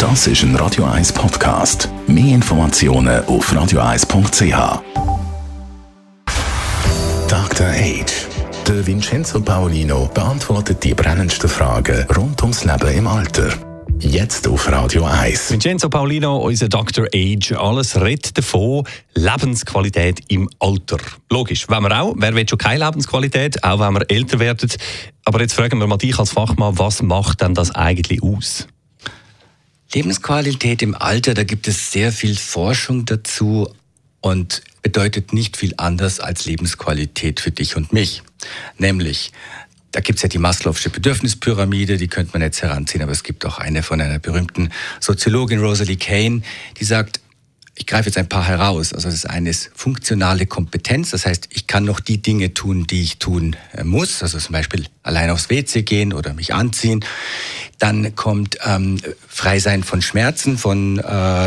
Das ist ein Radio 1 Podcast. Mehr Informationen auf radio1.ch. Dr. Age. Der Vincenzo Paolino beantwortet die brennendsten Fragen rund ums Leben im Alter. Jetzt auf Radio 1. Vincenzo Paolino, unser Dr. Age. Alles redet davon, Lebensqualität im Alter. Logisch, wenn wir auch. Wer will schon keine Lebensqualität, auch wenn wir älter werden. Aber jetzt fragen wir mal dich als Fachmann, was macht denn das eigentlich aus? Lebensqualität im Alter, da gibt es sehr viel Forschung dazu und bedeutet nicht viel anders als Lebensqualität für dich und mich. Nämlich, da gibt es ja die Maslow'sche Bedürfnispyramide, die könnte man jetzt heranziehen, aber es gibt auch eine von einer berühmten Soziologin, Rosalie Kane, die sagt, ich greife jetzt ein paar heraus. Also das eine ist funktionale Kompetenz, das heißt, ich kann noch die Dinge tun, die ich tun muss, also zum Beispiel allein aufs WC gehen oder mich anziehen. Dann kommt frei sein von Schmerzen, von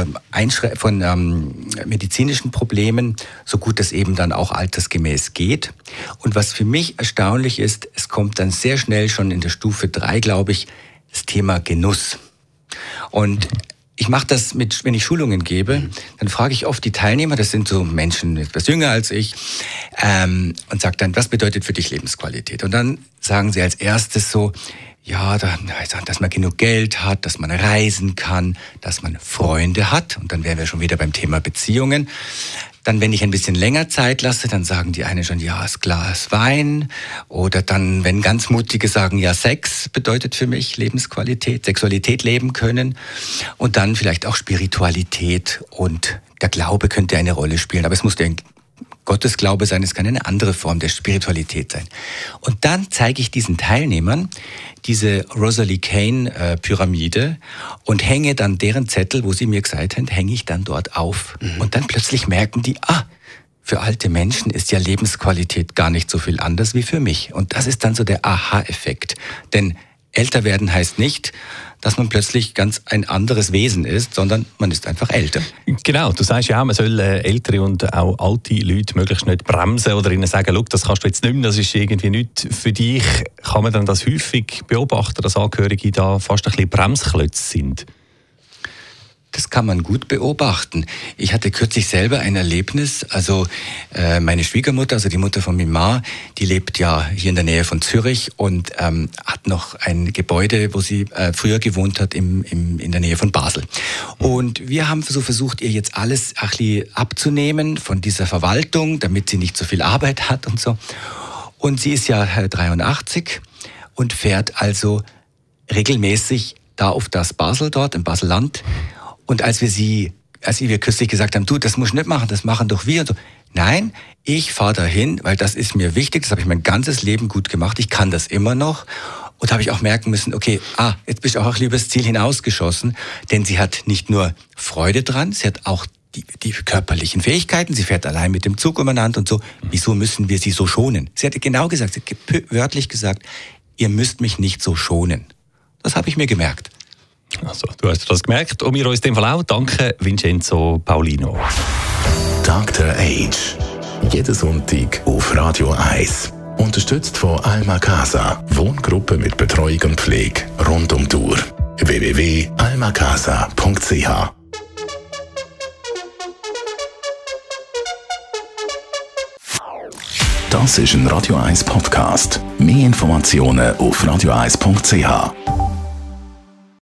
medizinischen Problemen, so gut das eben dann auch altersgemäß geht. Und was für mich erstaunlich ist, es kommt dann sehr schnell schon in der Stufe 3, glaube ich, das Thema Genuss. Und ich mache das wenn ich Schulungen gebe, dann frage ich oft die Teilnehmer, das sind so Menschen etwas jünger als ich, und sage dann, was bedeutet für dich Lebensqualität? Und dann sagen sie als erstes so, ja, dass man genug Geld hat, dass man reisen kann, dass man Freunde hat. Und dann wären wir schon wieder beim Thema Beziehungen. Dann, wenn ich ein bisschen länger Zeit lasse, dann sagen die einen schon, ja, das Glas Wein. Oder dann, wenn ganz Mutige sagen, ja, Sex bedeutet für mich Lebensqualität, Sexualität leben können. Und dann vielleicht auch Spiritualität und der Glaube könnte eine Rolle spielen. Aber es muss der Gottesglaube sein, es kann eine andere Form der Spiritualität sein. Und dann zeige ich diesen Teilnehmern diese Rosalie Kane Pyramide und hänge dann deren Zettel, wo sie mir gesagt haben, hänge ich dann dort auf. Und dann plötzlich merken die, für alte Menschen ist ja Lebensqualität gar nicht so viel anders wie für mich. Und das ist dann so der Aha-Effekt. Denn älter werden heißt nicht, dass man plötzlich ganz ein anderes Wesen ist, sondern man ist einfach älter. Genau, du sagst ja auch, man soll ältere und auch alte Leute möglichst nicht bremsen oder ihnen sagen, schau, das kannst du jetzt nicht mehr, das ist irgendwie nicht für dich. Kann man dann das häufig beobachten, dass Angehörige da fast ein bisschen Bremsklötze sind? Das kann man gut beobachten. Ich hatte kürzlich selber ein Erlebnis, also meine Schwiegermutter, also die Mutter von Mimar, die lebt ja hier in der Nähe von Zürich und hat noch ein Gebäude, wo sie früher gewohnt hat, in der Nähe von Basel. Und wir haben so versucht, ihr jetzt alles abzunehmen von dieser Verwaltung, damit sie nicht so viel Arbeit hat und so. Und sie ist ja 83 und fährt also regelmäßig da auf das Basel dort, im Baselland. Und als wir kürzlich gesagt haben, du, das musst du nicht machen, das machen doch wir. Und so. Nein, ich fahre dahin, weil das ist mir wichtig, das habe ich mein ganzes Leben gut gemacht, ich kann das immer noch. Und habe ich auch merken müssen, okay, jetzt bist du auch übers Ziel hinausgeschossen, denn sie hat nicht nur Freude dran, sie hat auch die körperlichen Fähigkeiten, sie fährt allein mit dem Zug umeinander und so. Wieso müssen wir sie so schonen? Sie hatte genau gesagt, sie hat wörtlich gesagt, ihr müsst mich nicht so schonen. Das habe ich mir gemerkt. Also, du hast das gemerkt und wir uns in dem Fall auch. Danke, Vincenzo Paolino. Dr. Age. Jeden Sonntag auf Radio 1. Unterstützt von Alma Casa. Wohngruppe mit Betreuung und Pflege rund um die Uhr. www.almacasa.ch. Das ist ein Radio 1 Podcast. Mehr Informationen auf radio1.ch.